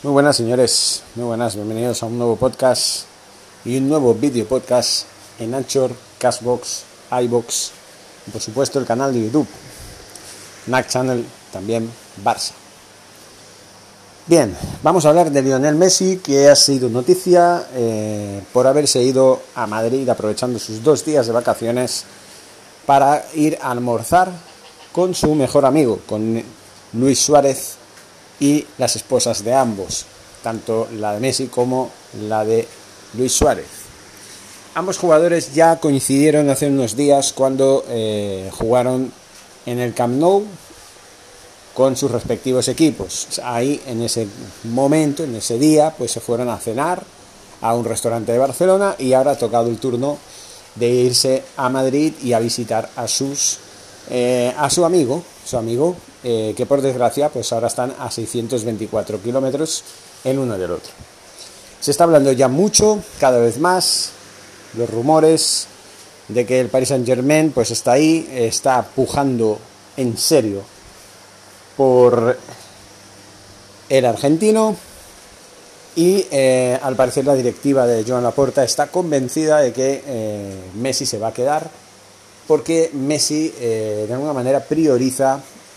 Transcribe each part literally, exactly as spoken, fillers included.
Muy buenas, señores, muy buenas, bienvenidos a un nuevo podcast y un nuevo video podcast en Anchor, Castbox, iVoox y por supuesto el canal de YouTube N A C Channel, también Barça. Bien, vamos a hablar de Lionel Messi, que ha sido noticia eh, por haberse ido a Madrid aprovechando sus dos días de vacaciones para ir a almorzar con su mejor amigo, con Luis Suárez y las esposas de ambos, tanto la de Messi como la de Luis Suárez. Ambos jugadores ya coincidieron hace unos días cuando eh, jugaron en el Camp Nou con sus respectivos equipos. Ahí, en ese momento, en ese día, pues se fueron a cenar a un restaurante de Barcelona y ahora ha tocado el turno de irse a Madrid y a visitar a sus eh, a su amigo, su amigo eh, que por desgracia pues ahora están a seiscientos veinticuatro kilómetros el uno del otro. Se está hablando ya mucho, cada vez más, los rumores de que el Paris Saint-Germain pues está ahí, está pujando en serio por el argentino y eh, al parecer la directiva de Joan Laporta está convencida de que eh, Messi se va a quedar porque Messi eh, de alguna manera prioriza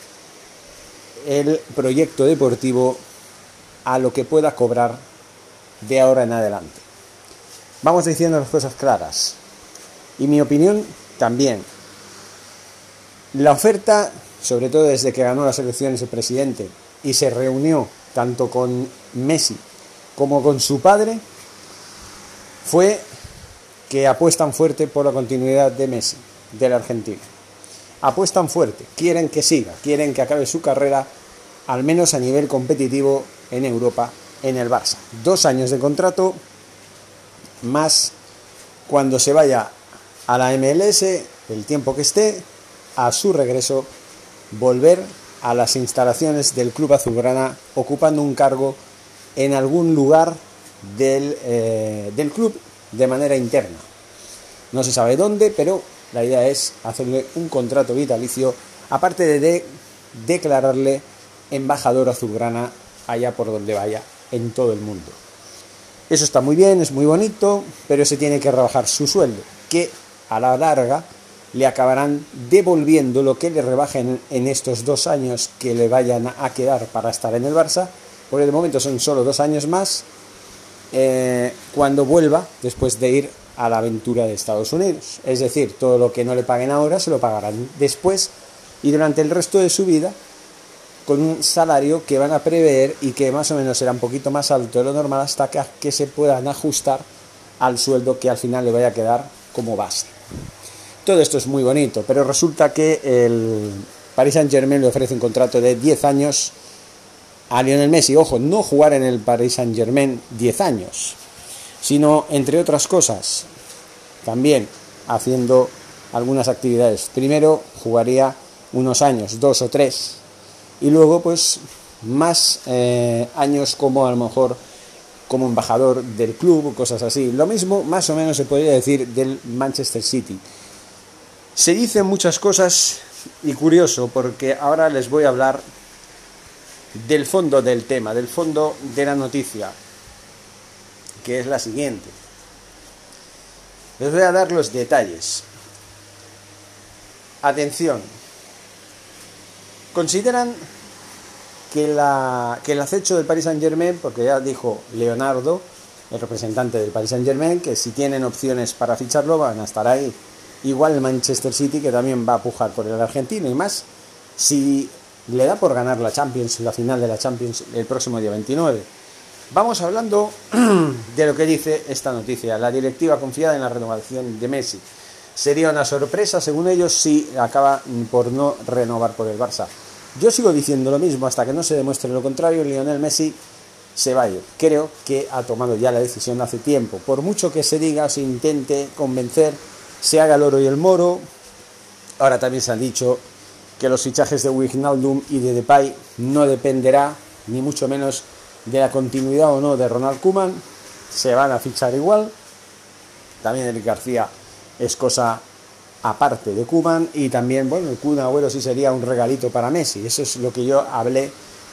el proyecto deportivo a lo que pueda cobrar de ahora en adelante. Vamos diciendo las cosas claras y mi opinión también. La oferta, sobre todo desde que ganó las elecciones el presidente y se reunió tanto con Messi como con su padre, fue que apuestan fuerte por la continuidad de Messi, del argentino. Apuestan fuerte, quieren que siga, quieren que acabe su carrera, al menos a nivel competitivo en Europa, en el Barça. Dos años de contrato, más cuando se vaya a la M L S, el tiempo que esté, a su regreso, volver a las instalaciones del club azulgrana, ocupando un cargo en algún lugar del, eh, del club de manera interna. No se sabe dónde, pero la idea es hacerle un contrato vitalicio, aparte de, de declararle embajador azulgrana allá por donde vaya, en todo el mundo. Eso está muy bien, es muy bonito, pero se tiene que rebajar su sueldo, que a la larga le acabarán devolviendo lo que le rebajen en estos dos años que le vayan a quedar para estar en el Barça, porque de momento son solo dos años más, eh, cuando vuelva después de ir a la aventura de Estados Unidos. Es decir, todo lo que no le paguen ahora se lo pagarán después y durante el resto de su vida, con un salario que van a prever y que más o menos será un poquito más alto de lo normal hasta que, que se puedan ajustar al sueldo que al final le vaya a quedar como base. Todo esto es muy bonito, pero resulta que el Paris Saint-Germain le ofrece un contrato de diez años a Lionel Messi. Ojo, no jugar en el Paris Saint-Germain diez años, sino, entre otras cosas, también haciendo algunas actividades. Primero jugaría unos años, dos o tres, y luego pues más eh, años como a lo mejor como embajador del club o cosas así. Lo mismo más o menos se podría decir del Manchester City. Se dicen muchas cosas y curioso porque ahora les voy a hablar del fondo del tema, del fondo de la noticia, que es la siguiente. Les voy a dar los detalles. Atención. Consideran que, la, que el acecho del Paris Saint-Germain, porque ya dijo Leonardo, el representante del Paris Saint-Germain, que si tienen opciones para ficharlo van a estar ahí. Igual el Manchester City, que también va a pujar por el argentino, y más si le da por ganar la Champions, la final de la Champions el próximo día veintinueve. Vamos hablando de lo que dice esta noticia. La directiva confiada en la renovación de Messi. Sería una sorpresa, según ellos, si acaba por no renovar por el Barça. Yo sigo diciendo lo mismo hasta que no se demuestre lo contrario. Lionel Messi se va a ir. Creo que ha tomado ya la decisión hace tiempo. Por mucho que se diga, se intente convencer, se haga el oro y el moro. Ahora también se han dicho que los fichajes de Wijnaldum y de Depay no dependerá ni mucho menos de la continuidad o no de Ronald Koeman. Se van a fichar igual. También Eric García es cosa aparte de Koeman, y también, bueno, el Kun Agüero sí sería un regalito para Messi. Eso es lo que yo hablé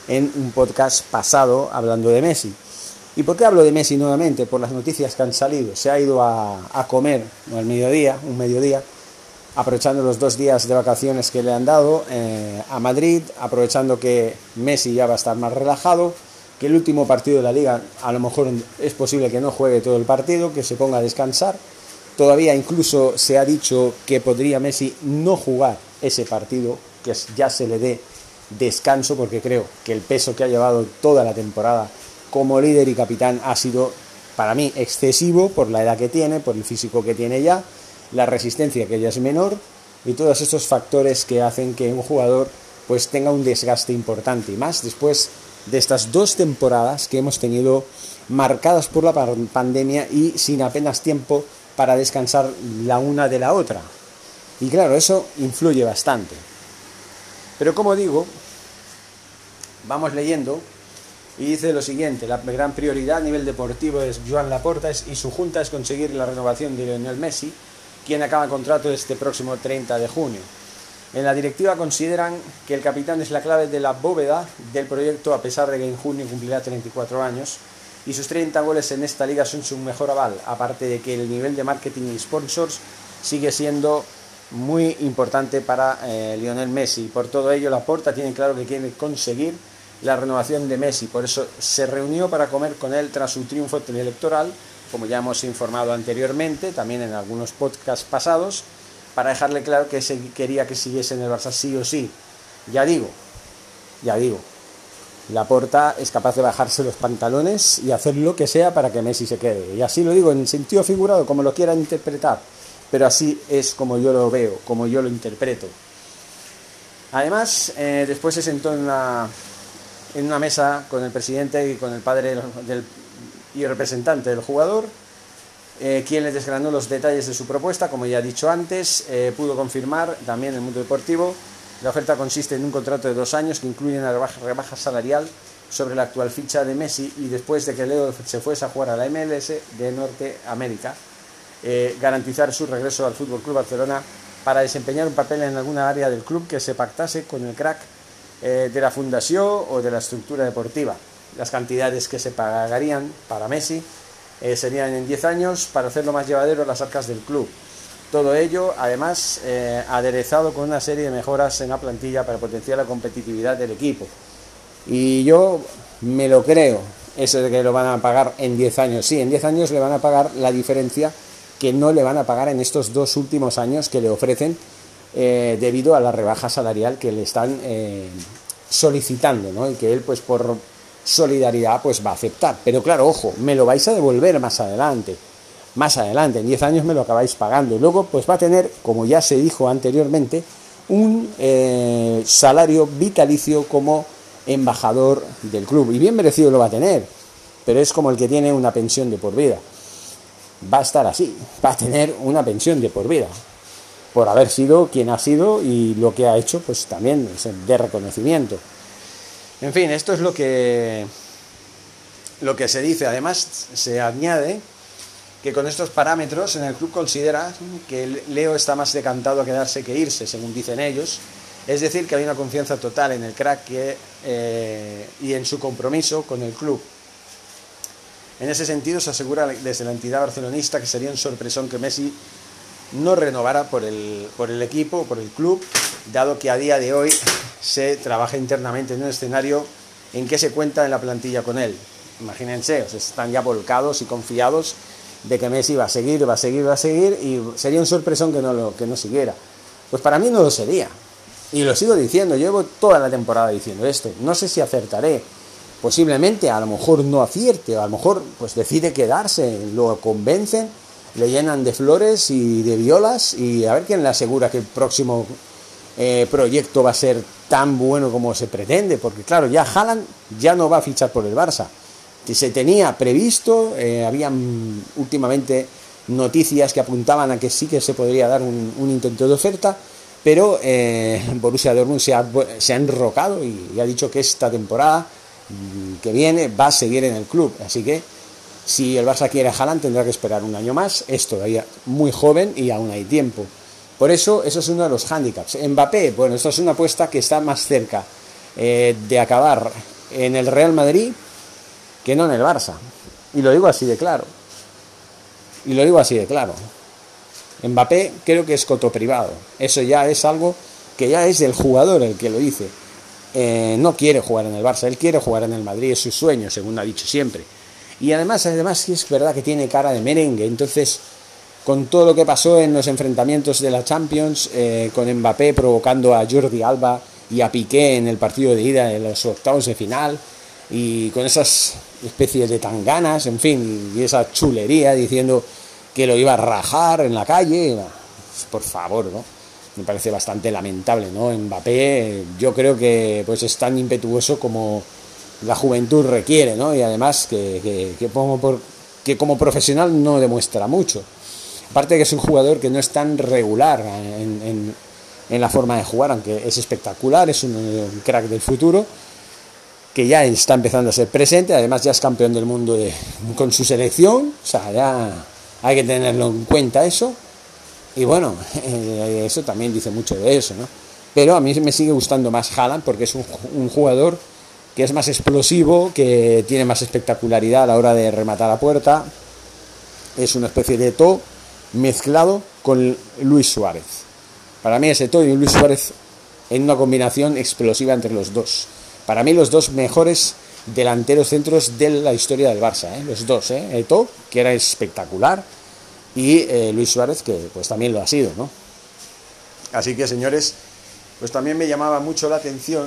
en un podcast pasado hablando de Messi. ¿Y por qué hablo de Messi nuevamente? Por las noticias que han salido. Se ha ido a, a comer al mediodía, un mediodía, aprovechando los dos días de vacaciones que le han dado eh, a Madrid, aprovechando que Messi ya va a estar más relajado, que el último partido de la Liga a lo mejor es posible que no juegue todo el partido, que se ponga a descansar. Todavía incluso se ha dicho que podría Messi no jugar ese partido, que ya se le dé descanso, porque creo que el peso que ha llevado toda la temporada como líder y capitán ha sido para mí excesivo por la edad que tiene, por el físico que tiene ya, la resistencia que ya es menor y todos estos factores que hacen que un jugador pues tenga un desgaste importante, y más después de estas dos temporadas que hemos tenido marcadas por la pandemia y sin apenas tiempo para descansar la una de la otra. Y claro, eso influye bastante. Pero como digo, vamos leyendo y dice lo siguiente: la gran prioridad a nivel deportivo es Joan Laporta y su junta es conseguir la renovación de Lionel Messi, quien acaba contrato este próximo treinta de junio. En la directiva consideran que el capitán es la clave de la bóveda del proyecto, a pesar de que en junio cumplirá treinta y cuatro años y sus treinta goles en esta liga son su mejor aval, aparte de que el nivel de marketing y sponsors sigue siendo muy importante para eh, Lionel Messi. Por todo ello, Laporta tiene claro que quiere conseguir la renovación de Messi, por eso se reunió para comer con él tras su triunfo electoral, como ya hemos informado anteriormente, también en algunos podcasts pasados, para dejarle claro que se quería que siguiese en el Barça sí o sí. Ya digo, ya digo, Laporta es capaz de bajarse los pantalones y hacer lo que sea para que Messi se quede. Y así lo digo en sentido figurado, como lo quieran interpretar, pero así es como yo lo veo, como yo lo interpreto. Además, eh, después se sentó en una, en una mesa con el presidente y con el padre del y representante del jugador, eh, quien le desgranó los detalles de su propuesta. Como ya he dicho antes, eh, pudo confirmar también en el mundo deportivo. La oferta consiste en un contrato de dos años que incluye una rebaja, rebaja salarial sobre la actual ficha de Messi, y después de que Leo se fuese a jugar a la M L S de Norteamérica, eh, garantizar su regreso al F C Barcelona para desempeñar un papel en alguna área del club que se pactase con el crack eh, de la fundación o de la estructura deportiva. Las cantidades que se pagarían para Messi eh, serían en diez años para hacerlo más llevadero las arcas del club. Todo ello, además, eh, aderezado con una serie de mejoras en la plantilla para potenciar la competitividad del equipo. Y yo me lo creo, eso de que lo van a pagar en diez años. Sí, en diez años le van a pagar la diferencia que no le van a pagar en estos dos últimos años que le ofrecen eh, debido a la rebaja salarial que le están eh, solicitando, ¿no? Y que él, pues por solidaridad, pues va a aceptar. Pero claro, ojo, me lo vais a devolver más adelante. Más adelante, en diez años me lo acabáis pagando. Y luego, pues va a tener, como ya se dijo anteriormente, un eh, salario vitalicio como embajador del club. Y bien merecido lo va a tener, pero es como el que tiene una pensión de por vida. Va a estar así, va a tener una pensión de por vida, por haber sido quien ha sido y lo que ha hecho, pues también es de reconocimiento. En fin, esto es lo que, lo que se dice. Además, se añade que con estos parámetros en el club considera que Leo está más decantado a quedarse que irse, según dicen ellos. Es decir, que hay una confianza total en el crack que, eh, y en su compromiso con el club. En ese sentido, se asegura desde la entidad barcelonista que sería un sorpresón que Messi no renovara por el, por el equipo, por el club, dado que a día de hoy se trabaja internamente en un escenario en que se cuenta en la plantilla con él. Imagínense, o sea, están ya volcados y confiados de que Messi va a seguir, va a seguir, va a seguir, y sería un sorpresón que no, lo, que no siguiera. Pues para mí no lo sería, y lo sigo diciendo, llevo toda la temporada diciendo esto. No sé si acertaré, posiblemente, a lo mejor no acierte, a lo mejor pues decide quedarse, lo convencen, le llenan de flores y de violas, y a ver quién le asegura que el próximo eh, proyecto va a ser tan bueno como se pretende, porque claro, ya Haaland ya no va a fichar por el Barça. Se tenía previsto, eh, habían últimamente noticias que apuntaban a que sí que se podría dar un, un intento de oferta, pero eh, Borussia Dortmund se ha, se ha enrocado y, y ha dicho que esta temporada que viene va a seguir en el club. Así que si el Barça quiere a Haaland tendrá que esperar un año más. Es todavía muy joven y aún hay tiempo. Por eso, eso es uno de los hándicaps. Mbappé, bueno, esto es una apuesta que está más cerca eh, de acabar en el Real Madrid que no en el Barça. Y lo digo así de claro. Y lo digo así de claro. Mbappé creo que es coto privado. Eso ya es algo que ya es del jugador el que lo dice. Eh, no quiere jugar en el Barça, él quiere jugar en el Madrid, es su sueño, según ha dicho siempre. Y además, además sí es verdad que tiene cara de merengue. Entonces, con todo lo que pasó en los enfrentamientos de la Champions, eh, con Mbappé provocando a Jordi Alba y a Piqué en el partido de ida de los octavos de final, y con esas especies de tanganas, en fin, y esa chulería diciendo que lo iba a rajar en la calle, por favor, ¿no? Me parece bastante lamentable, ¿no? Mbappé, yo creo que pues es tan impetuoso como la juventud requiere, ¿no? Y además que, que, que, como, por, que como profesional no demuestra mucho. Aparte que es un jugador que no es tan regular en, en, en la forma de jugar, aunque es espectacular, es un, un crack del futuro, que ya está empezando a ser presente, además ya es campeón del mundo de, con su selección, o sea, ya hay que tenerlo en cuenta eso, y bueno, eh, eso también dice mucho de eso, ¿no? Pero a mí me sigue gustando más Haaland porque es un, un jugador que es más explosivo, que tiene más espectacularidad a la hora de rematar a puerta, es una especie de Eto'o mezclado con Luis Suárez. Para mí es Eto'o y Luis Suárez en una combinación explosiva entre los dos. Para mí los dos mejores delanteros centros de la historia del Barça, ¿eh? Los dos, ¿eh? Eto'o, que era espectacular, y eh, Luis Suárez, que pues también lo ha sido, ¿no? Así que, señores, pues también me llamaba mucho la atención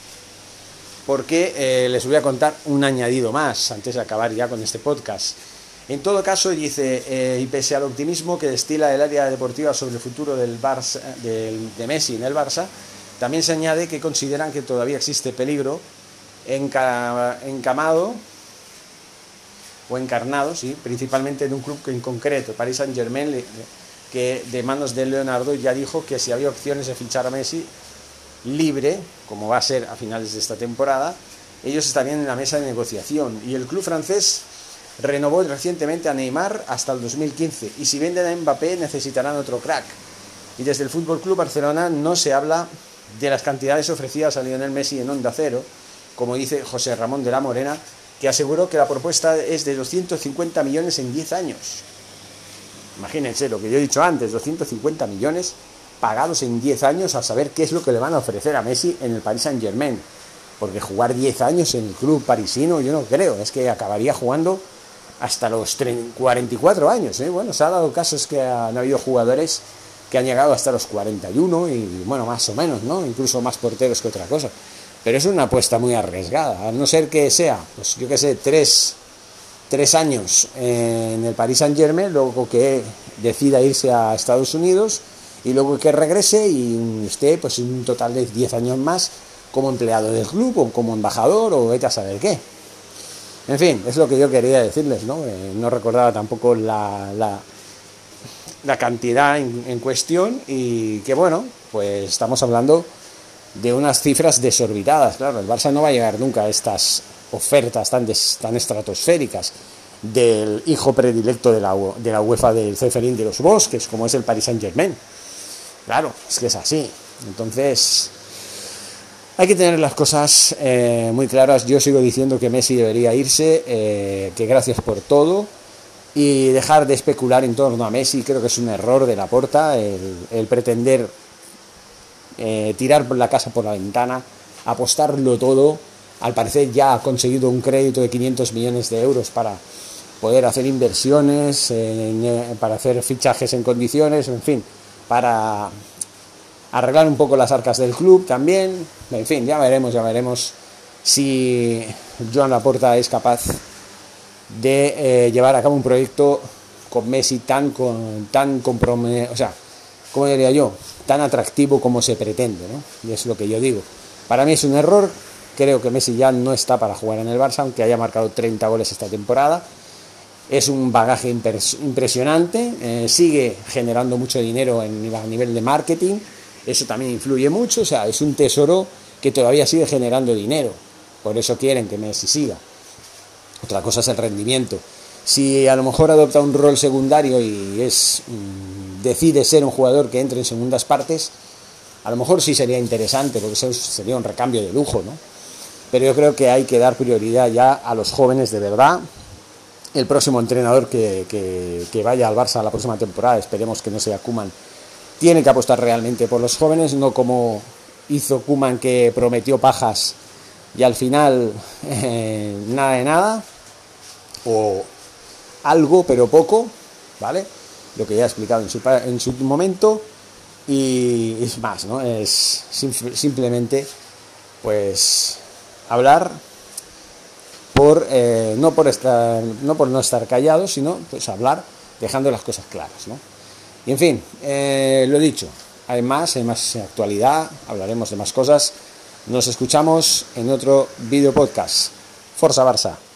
porque eh, les voy a contar un añadido más antes de acabar ya con este podcast. En todo caso, dice, eh, y pese al optimismo que destila el área deportiva sobre el futuro del Barça, del, de Messi en el Barça, también se añade que consideran que todavía existe peligro enca, encamado o encarnado, sí, principalmente en un club en concreto, Paris Saint-Germain, que de manos de Leonardo ya dijo que si había opciones de fichar a Messi libre, como va a ser a finales de esta temporada, ellos estarían en la mesa de negociación. Y el club francés renovó recientemente a Neymar hasta el dos mil quince, y si venden a Mbappé necesitarán otro crack. Y desde el F C Barcelona no se habla de las cantidades ofrecidas a Lionel Messi en Onda Cero, como dice José Ramón de la Morena, que aseguró que la propuesta es de doscientos cincuenta millones en diez años. Imagínense lo que yo he dicho antes, doscientos cincuenta millones pagados en diez años, a saber qué es lo que le van a ofrecer a Messi en el Paris Saint-Germain. Porque jugar diez años en el club parisino, yo no creo, es que acabaría jugando hasta los cuarenta y cuatro años, ¿eh? Bueno, se ha dado casos que han habido jugadores que han llegado hasta los cuarenta y uno y, bueno, más o menos, ¿no? Incluso más porteros que otra cosa. Pero es una apuesta muy arriesgada, a no ser que sea, pues yo qué sé, tres, tres años en el Paris Saint-Germain, luego que decida irse a Estados Unidos y luego que regrese y esté pues un total de diez años más como empleado del club o como embajador o vete a saber qué. En fin, es lo que yo quería decirles, ¿no? Eh, no recordaba tampoco la, la, la cantidad en, en cuestión y que bueno, pues estamos hablando de unas cifras desorbitadas. Claro, el Barça no va a llegar nunca a estas ofertas tan, des, tan estratosféricas del hijo predilecto de la, de la UEFA del Ceferín de los Bosques, como es el Paris Saint-Germain. Claro, es que es así. Entonces, hay que tener las cosas eh, muy claras. Yo sigo diciendo que Messi debería irse, eh, que gracias por todo, y dejar de especular en torno a Messi. Creo que es un error de Laporta el, el pretender eh, tirar la casa por la ventana, apostarlo todo. Al parecer ya ha conseguido un crédito de quinientos millones de euros para poder hacer inversiones, eh, para hacer fichajes en condiciones, en fin, para arreglar un poco las arcas del club también. En fin, ya veremos, ya veremos si Joan Laporta es capaz de eh, llevar a cabo un proyecto con Messi tan con, tan comprometido, o sea, ¿cómo diría yo? Tan atractivo como se pretende, ¿no? Y es lo que yo digo. Para mí es un error. Creo que Messi ya no está para jugar en el Barça, aunque haya marcado treinta goles esta temporada. Es un bagaje impresionante, eh, sigue generando mucho dinero en, a nivel de marketing, eso también influye mucho, o sea, es un tesoro que todavía sigue generando dinero, por eso quieren que Messi siga. Otra cosa es el rendimiento. Si a lo mejor adopta un rol secundario y es mmm, decide ser un jugador que entre en segundas partes, a lo mejor sí sería interesante, porque eso sería un recambio de lujo, ¿no? pero yo creo que hay que dar prioridad ya a los jóvenes de verdad. El próximo entrenador que, que, que vaya al Barça la próxima temporada, esperemos que no sea Koeman, tiene que apostar realmente por los jóvenes, no como hizo Koeman, que prometió pajas y al final eh, nada de nada, o algo pero poco, ¿vale? Lo que ya he explicado en su, en su momento, y es más, ¿no? Es sim- simplemente pues hablar por eh, no por estar no por no estar callado, sino pues hablar dejando las cosas claras, ¿no? Y en fin, eh, lo he dicho, hay más, hay más actualidad, hablaremos de más cosas. Nos escuchamos en otro video podcast. Forza Barça.